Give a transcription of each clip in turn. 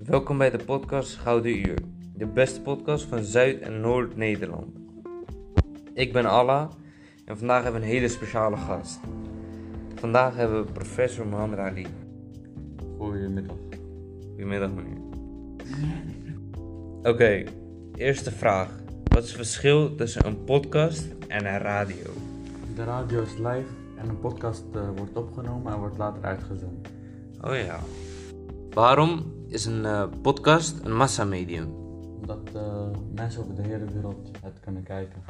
Welkom bij de podcast Gouden Uur, de beste podcast van Zuid- en Noord-Nederland. Ik ben Allah en vandaag hebben we een hele speciale gast. Vandaag hebben we professor Mohammed Ali. Goedemiddag. Goedemiddag meneer. Oké, eerste vraag. Wat is het verschil tussen een podcast en een radio? De radio is live en een podcast wordt opgenomen en wordt later uitgezonden. Oh ja. Waarom is een podcast een massamedium? Omdat mensen over de hele wereld het kunnen kijken.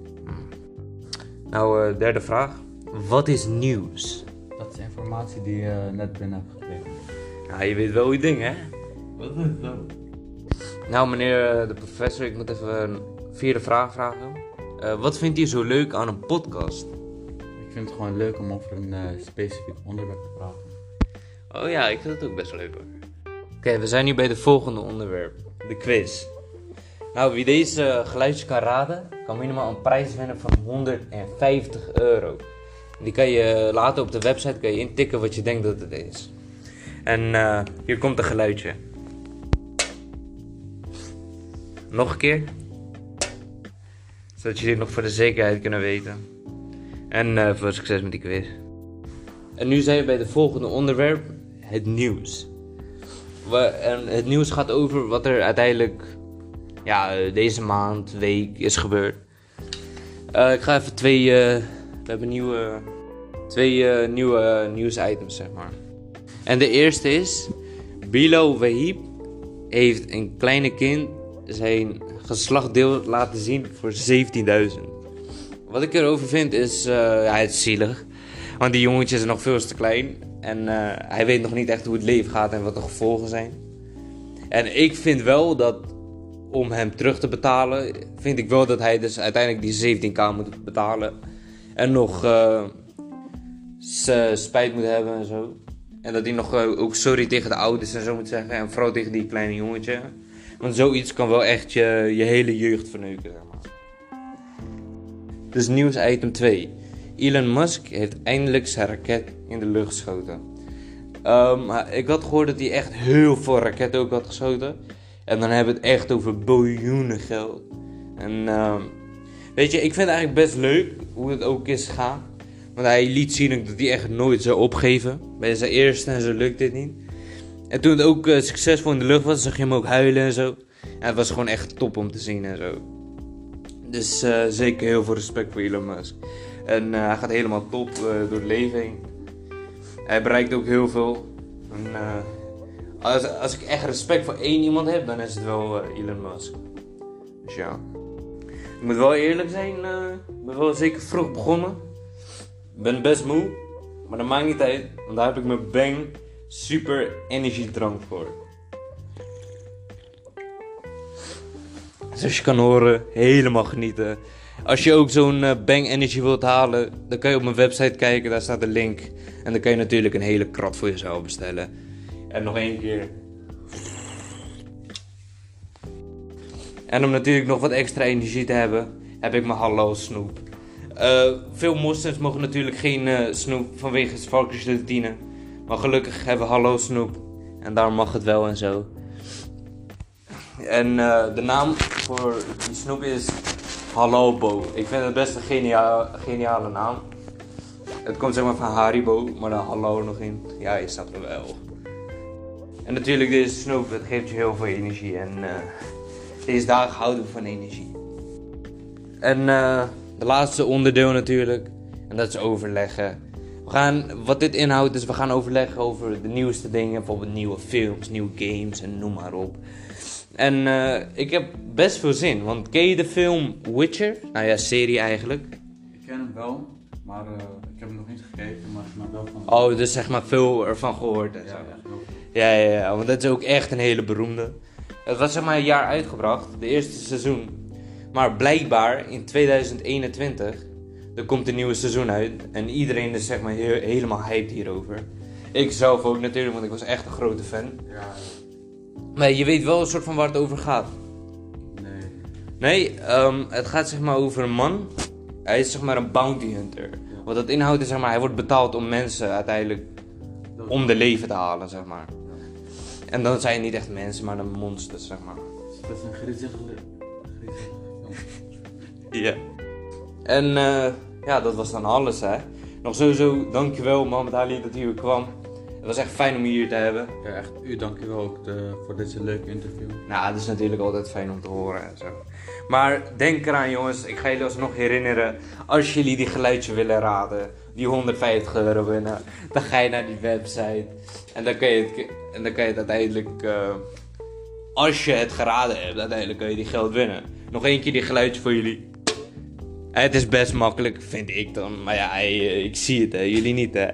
Nou, derde vraag. Wat is nieuws? Dat is informatie die je net binnen hebt gekregen. Ja, je weet wel je ding, hè? Wat is dat? Nou, meneer de professor, ik moet even een vierde vraag vragen. Wat vindt u zo leuk aan een podcast? Ik vind het gewoon leuk om over een specifiek onderwerp te praten. Oh ja, ik vind het ook best leuk hoor. Oké, we zijn nu bij het volgende onderwerp. De quiz. Nou, wie deze geluidjes kan raden, kan minimaal een prijs winnen van €150. Die kan je later op de website intikken wat je denkt dat het is. En hier komt een geluidje. Nog een keer. Zodat jullie het nog voor de zekerheid kunnen weten. En veel succes met die quiz. En nu zijn we bij het volgende onderwerp. Het nieuws. En het nieuws gaat over wat er uiteindelijk deze maand, week is gebeurd. Ik ga even we hebben twee nieuwe nieuwsitems, zeg maar. En de eerste is, Bilal Wahib heeft een kleine kind zijn geslachtdeel laten zien voor 17.000. Wat ik erover vind is, het is zielig. Want die jongetje is nog veel te klein. En hij weet nog niet echt hoe het leven gaat en wat de gevolgen zijn. En ik vind wel dat, om hem terug te betalen, vind ik wel dat hij dus uiteindelijk die 17k moet betalen. En nog spijt moet hebben en zo. En dat hij nog ook sorry tegen de ouders en zo moet zeggen. En vooral tegen die kleine jongetje. Want zoiets kan wel echt je hele jeugd verneuken, zeg maar. Dus nieuws item 2. Elon Musk heeft eindelijk zijn raket in de lucht geschoten. Ik had gehoord dat hij echt heel veel raketten ook had geschoten. En dan hebben we het echt over biljoenen geld. En weet je, ik vind het eigenlijk best leuk hoe het ook is gegaan. Want hij liet zien dat hij echt nooit zou opgeven. Bij zijn eerste en zo lukt dit niet. En toen het ook succesvol in de lucht was, zag je hem ook huilen en zo. En het was gewoon echt top om te zien en zo. Dus zeker heel veel respect voor Elon Musk. En hij gaat helemaal top door het leven heen. Hij bereikt ook heel veel. En, als ik echt respect voor één iemand heb, dan is het wel Elon Musk. Dus ja. Ik moet wel eerlijk zijn, ik ben wel zeker vroeg begonnen. Ik ben best moe, maar dat maakt niet uit. Want daar heb ik mijn Bang Super energiedrank voor. Zoals je kan horen, helemaal genieten. Als je ook zo'n Bang Energy wilt halen, dan kan je op mijn website kijken, daar staat de link. En dan kan je natuurlijk een hele krat voor jezelf bestellen. En nog één keer. En om natuurlijk nog wat extra energie te hebben, heb ik mijn halal snoep. Veel moslims mogen natuurlijk geen snoep vanwege het varkensgelatine. Maar gelukkig hebben we halal snoep. En daarom mag het wel en zo. En de naam voor die snoep is Halalbo. Ik vind het best een geniale naam. Het komt zeg maar van Haribo, maar dan halal nog in. Ja, je snapt het wel. En natuurlijk deze snoep, het geeft je heel veel energie. En deze dagen houden we van energie. En de laatste onderdeel natuurlijk. En dat is overleggen. Wat dit inhoudt is, we gaan overleggen over de nieuwste dingen. Bijvoorbeeld nieuwe films, nieuwe games en noem maar op. En ik heb best veel zin, want ken je de film Witcher? Nou ja, serie eigenlijk. Ik ken hem wel, maar ik heb hem nog niet gekeken, maar ik ben wel van... Oh, dus zeg maar veel ervan gehoord en zo. Ja, want dat is ook echt een hele beroemde. Het was zeg maar een jaar uitgebracht, de eerste seizoen. Maar blijkbaar in 2021, er komt een nieuwe seizoen uit. En iedereen is zeg maar helemaal hyped hierover. Ik zelf ook natuurlijk, want ik was echt een grote fan. Ja. Maar je weet wel een soort van waar het over gaat. Nee, het gaat zeg maar over een man. Hij is zeg maar een bounty hunter. Ja. Wat dat inhoudt is zeg maar, hij wordt betaald om mensen uiteindelijk om de leven te halen, zeg maar. En dan zijn het niet echt mensen, maar dan monsters, zeg maar. Dat is een griezelig film. Ja. En ja, dat was dan alles, hè. Nog sowieso, dankjewel Mohammed Ali dat hij hier kwam. Het was echt fijn om je hier te hebben. Ja, echt u dankjewel ook voor deze leuke interview. Nou, het is natuurlijk altijd fijn om te horen en zo. Maar denk eraan jongens, ik ga jullie alsnog herinneren. Als jullie die geluidje willen raden, die €150 winnen, dan ga je naar die website. En dan kan je het uiteindelijk, als je het geraden hebt, uiteindelijk kan je die geld winnen. Nog één keer die geluidje voor jullie. Het is best makkelijk, vind ik dan. Maar ja, ik zie het, hè. Jullie niet, hè.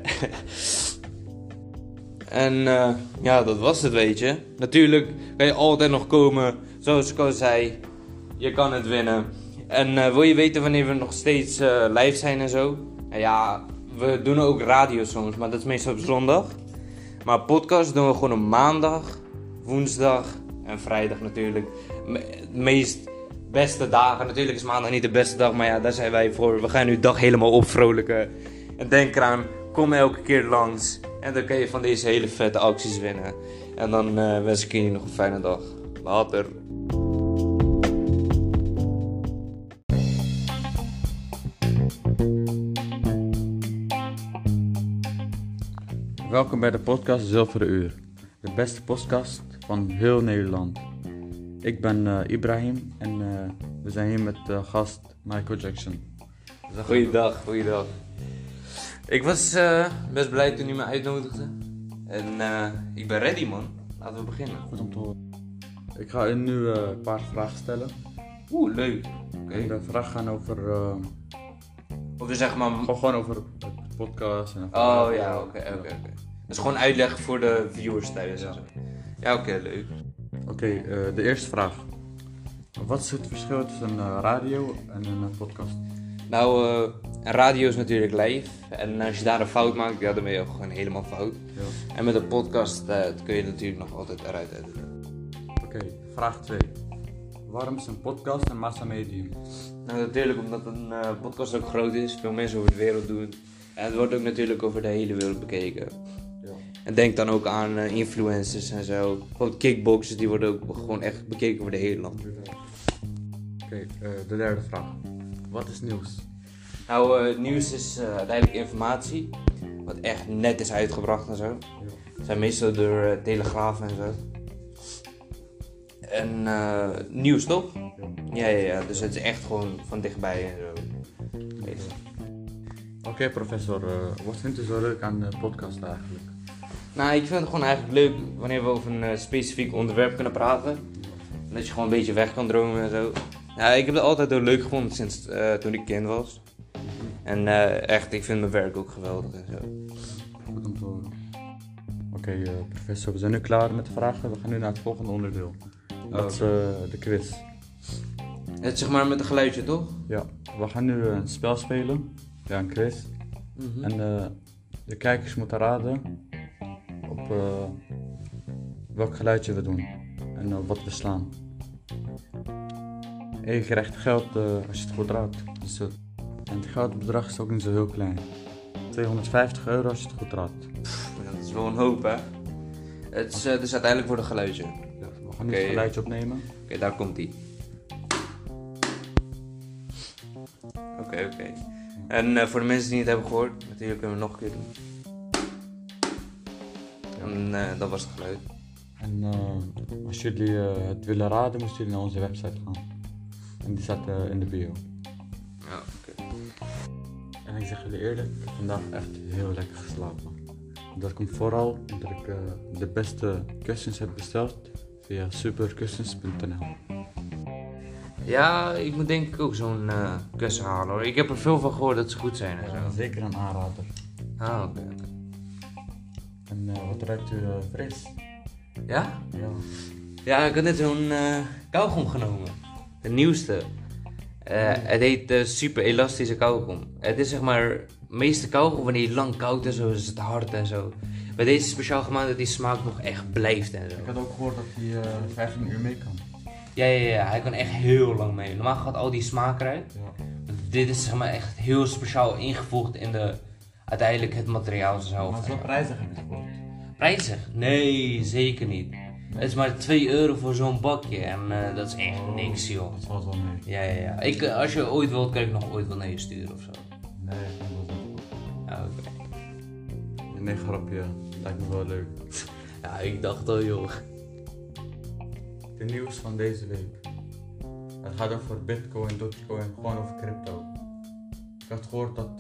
En ja, dat was het, weet je. Natuurlijk kan je altijd nog komen. Zoals ik al zei, je kan het winnen. En wil je weten wanneer we nog steeds live zijn en zo? Nou ja, we doen ook radio soms, maar dat is meestal op zondag. Maar podcast doen we gewoon op maandag, woensdag en vrijdag natuurlijk. De meest beste dagen. Natuurlijk is maandag niet de beste dag, maar ja, daar zijn wij voor. We gaan nu dag helemaal opvrolijken. En denk eraan, kom elke keer langs. En dan kan je van deze hele vette acties winnen. En dan wens ik jullie nog een fijne dag. Later. Welkom bij de podcast Zilveren Uur. De beste podcast van heel Nederland. Ik ben Ibrahim en we zijn hier met gast Michael Jackson. Goeiedag. Ik was best blij toen u me uitnodigde. En ik ben ready, man. Laten we beginnen. Goed om te horen. Ik ga u nu een paar vragen stellen. Oeh, leuk. Oké. En de vragen gaan over... Of dus zeg maar... Gewoon over de podcast. En Oh ja, oké. Dat is gewoon uitleg voor de viewers thuis. Ja. Ja, oké, leuk. Oké, de eerste vraag. Wat is het verschil tussen een radio en een podcast? Nou, een radio is natuurlijk live. En als je daar een fout maakt, ja, dan ben je ook gewoon helemaal fout. Ja. En met een podcast, dat kun je natuurlijk nog altijd eruit editen. Oké, vraag 2. Waarom is een podcast een massamedium? Nou, natuurlijk omdat een podcast ook groot is. Veel mensen over de wereld doen. En het wordt ook natuurlijk over de hele wereld bekeken. Ja. En denk dan ook aan influencers en zo. Bijvoorbeeld kickboxers, die worden ook gewoon echt bekeken over de hele land. Oké, de derde vraag. Wat is nieuws? Nou, nieuws is uiteindelijk informatie. Wat echt net is uitgebracht en zo. Ja. Het zijn meestal door Telegraaf en zo. En nieuws toch? Ja. Dus het is echt gewoon van dichtbij en zo. Oké, professor. Wat vindt u zo leuk aan de podcast eigenlijk? Nou, ik vind het gewoon eigenlijk leuk wanneer we over een specifiek onderwerp kunnen praten. En dat je gewoon een beetje weg kan dromen en zo. Ja, ik heb het altijd heel leuk gevonden sinds toen ik kind was. En echt, ik vind mijn werk ook geweldig en zo. Goed om te horen. Oké, professor, we zijn nu klaar met de vragen. We gaan nu naar het volgende onderdeel. Dat is de quiz. Het is zeg maar met een geluidje, toch? Ja, we gaan nu een spel spelen. Ja, een quiz. Mhm. En de kijkers moeten raden op welk geluidje we doen. En wat we slaan. En je krijgt geld als je het goed raadt. Dus, en het geldbedrag is ook niet zo heel klein. €250 als je het goed raadt. Dat is wel een hoop, hè? Het is dus uiteindelijk voor een geluidje. Ja, we gaan nu het geluidje opnemen. Oké, daar komt ie. Oké. En voor de mensen die het hebben gehoord, natuurlijk kunnen we het nog een keer doen. En dat was het geluid. En als jullie het willen raden, moeten jullie naar onze website gaan. En die staat in de bio. Ja, oké. En ik zeg jullie eerlijk, ik heb vandaag echt heel lekker geslapen. Dat komt vooral omdat ik de beste kussens heb besteld via superkussens.nl. Ja, ik moet denk ik ook zo'n kussen halen hoor. Ik heb er veel van gehoord dat ze goed zijn en zo. Zeker een aanrader. Ah, oké. En wat ruikt u fris? Ja? Ja. Ja, ik had net zo'n kauwgom genomen. De nieuwste. Het heet super elastische kauwgom. Het is zeg maar, de meeste kauwgom wanneer je lang koud en zo, is het hard en zo. Bij deze is speciaal gemaakt dat die smaak nog echt blijft en zo. Ik had ook gehoord dat hij 15 uur mee kan. Ja, hij kan echt heel lang mee. Normaal gaat al die smaak eruit. Ja. Dit is zeg maar echt heel speciaal ingevoegd in uiteindelijk het materiaal zelf. Maar zo prijzig heb ik gehoord. Prijzig? Nee, zeker niet. Het is maar 2 euro voor zo'n bakje en dat is echt niks, joh. Dat valt wel mee. Ja. Als je ooit wilt, kan ik nog ooit wel naar je sturen of zo. Nee, ik vind dat wel goed. Ja, oké. Nee, grapje. Lijkt me wel leuk. Ja, ik dacht al, joh. De nieuws van deze week. Het gaat over Bitcoin, Dogecoin, gewoon over crypto. Ik had gehoord dat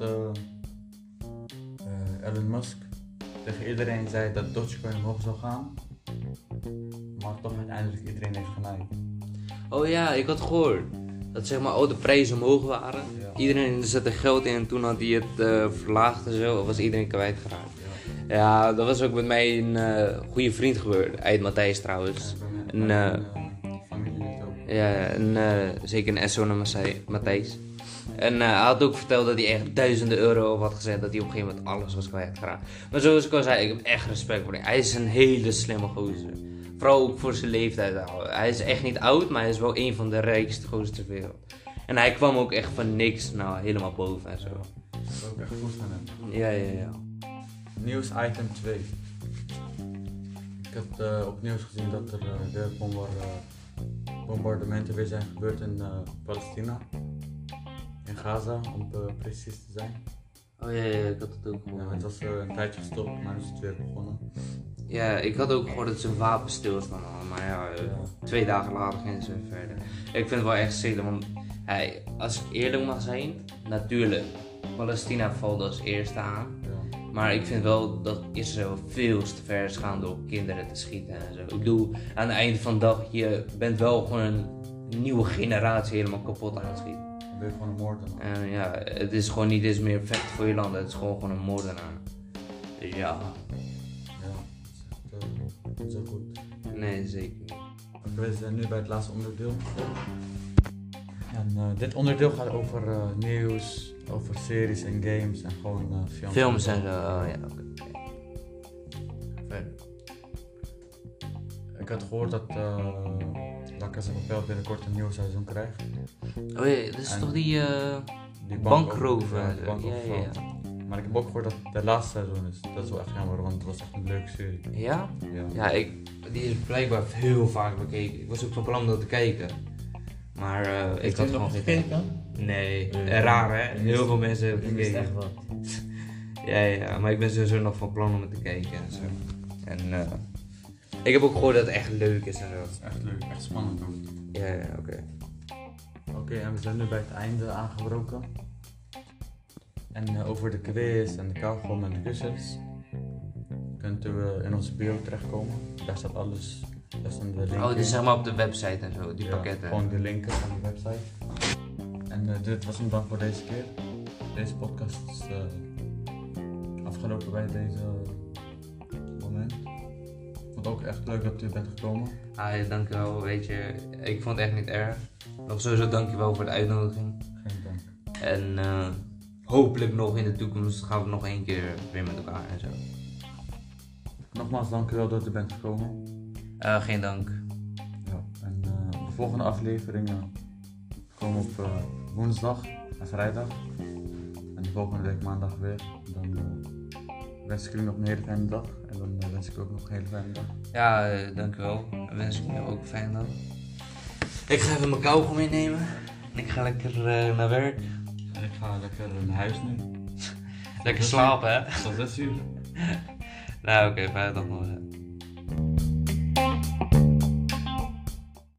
Elon Musk tegen iedereen zei dat Dogecoin omhoog zou gaan. Maar toch uiteindelijk iedereen heeft gelijk. Oh ja, ik had gehoord dat zeg maar al de prijzen omhoog waren. Ja. Iedereen zette geld in en toen had hij het verlaagd en zo, was iedereen kwijtgeraakt. Ja. Ja, dat was ook met mijn goede vriend gebeurd, Eid Matthijs trouwens. Mijn familie heeft ook. Ja, en zeker een SO naar Matthijs. En hij had ook verteld dat hij echt duizenden euro op had gezet, dat hij op een gegeven moment alles was kwijtgeraakt. Maar zoals ik al zei, ik heb echt respect voor hem. Hij is een hele slimme gozer. Vooral ook voor zijn leeftijd. Hij is echt niet oud, maar hij is wel een van de rijkste gozers ter wereld. En hij kwam ook echt van niks, nou helemaal boven en zo. Dat is ook echt goed van hem. Ja. Nieuws item 2. Ik heb op nieuws gezien dat er weer bombardementen weer zijn gebeurd in Palestina. In Gaza, om precies te zijn. Oh ja, ik had het ook Ja, gehoord. het was een tijdje gestopt, maar nu is het weer begonnen. Ja, ik had ook gehoord dat ze wapenstilstand hadden, maar ja, 2 dagen later gingen ze weer verder. Ik vind het wel echt zielig, want als ik eerlijk mag zijn, natuurlijk, Palestina valt als eerste aan. Ja. Maar ik vind wel dat Israël veel te ver is gaan door kinderen te schieten en zo. Ik bedoel, aan het einde van de dag, je bent wel gewoon een nieuwe generatie helemaal kapot aan het schieten. Dan ben je gewoon een moordenaar. En ja, het is gewoon niet eens meer vechten voor je land, het is gewoon een moordenaar. Dus ja, Ja, dat is ook goed. nee zeker niet. We zijn nu bij het laatste onderdeel. En dit onderdeel gaat over nieuws, over series en games en gewoon films. Films en zo, oh ja, oké. Verder. Ik had gehoord dat La Casa de Papel binnenkort een nieuw seizoen krijgt. Oh ja, dat is En toch die Die bankrover? Ja, die bankoverval. Ja. Maar ik heb ook gehoord dat het de laatste seizoen is. Dat is wel echt jammer, want het was echt een leuke serie. Ja? Ja. Ja, die is blijkbaar heel vaak bekeken. Ik was ook van plan om dat te kijken. Maar ik had gewoon geen tijd. Nee, raar hè? Heel veel mensen hebben Dat is gekeken. echt wat. Ja, maar ik ben sowieso nog van plan om het te kijken en zo. En ik heb ook gehoord dat het echt leuk is en zo. Dat is echt leuk, echt spannend ook. Ja, oké. Oké, en we zijn nu bij het einde aangebroken. En over de quiz en de kauwgom en de kussens kunt u in onze bio terechtkomen. Daar staat alles. Daar staan de linken. Oh, dit is zeg maar op de website en zo, die Ja, pakketten. gewoon de linken van de website. En dit was hem dan voor deze keer. Deze podcast is afgelopen bij deze moment. Ik vond het ook echt leuk dat u bent gekomen. Ah, ja, dankjewel, weet je. Ik vond het echt niet erg. Nog sowieso dankjewel voor de uitnodiging. Geen dank. En hopelijk nog in de toekomst gaan we nog 1 keer weer met elkaar en zo. Nogmaals dankjewel dat u bent gekomen. Geen dank. Ja, en de volgende afleveringen komen op woensdag en vrijdag. En de volgende week maandag weer. Dan wens ik jullie nog een hele fijne dag. En dan wens ik ook nog een hele fijne dag. Ja, dankjewel. Dan wens ik je ook een fijne dag. Ik ga even mijn kauwgom meenemen. En ik ga lekker naar werk. En ik ga lekker naar huis nu. Lekker slapen, hè? Tot 6 uur. Nou, oké, fijne dag nog.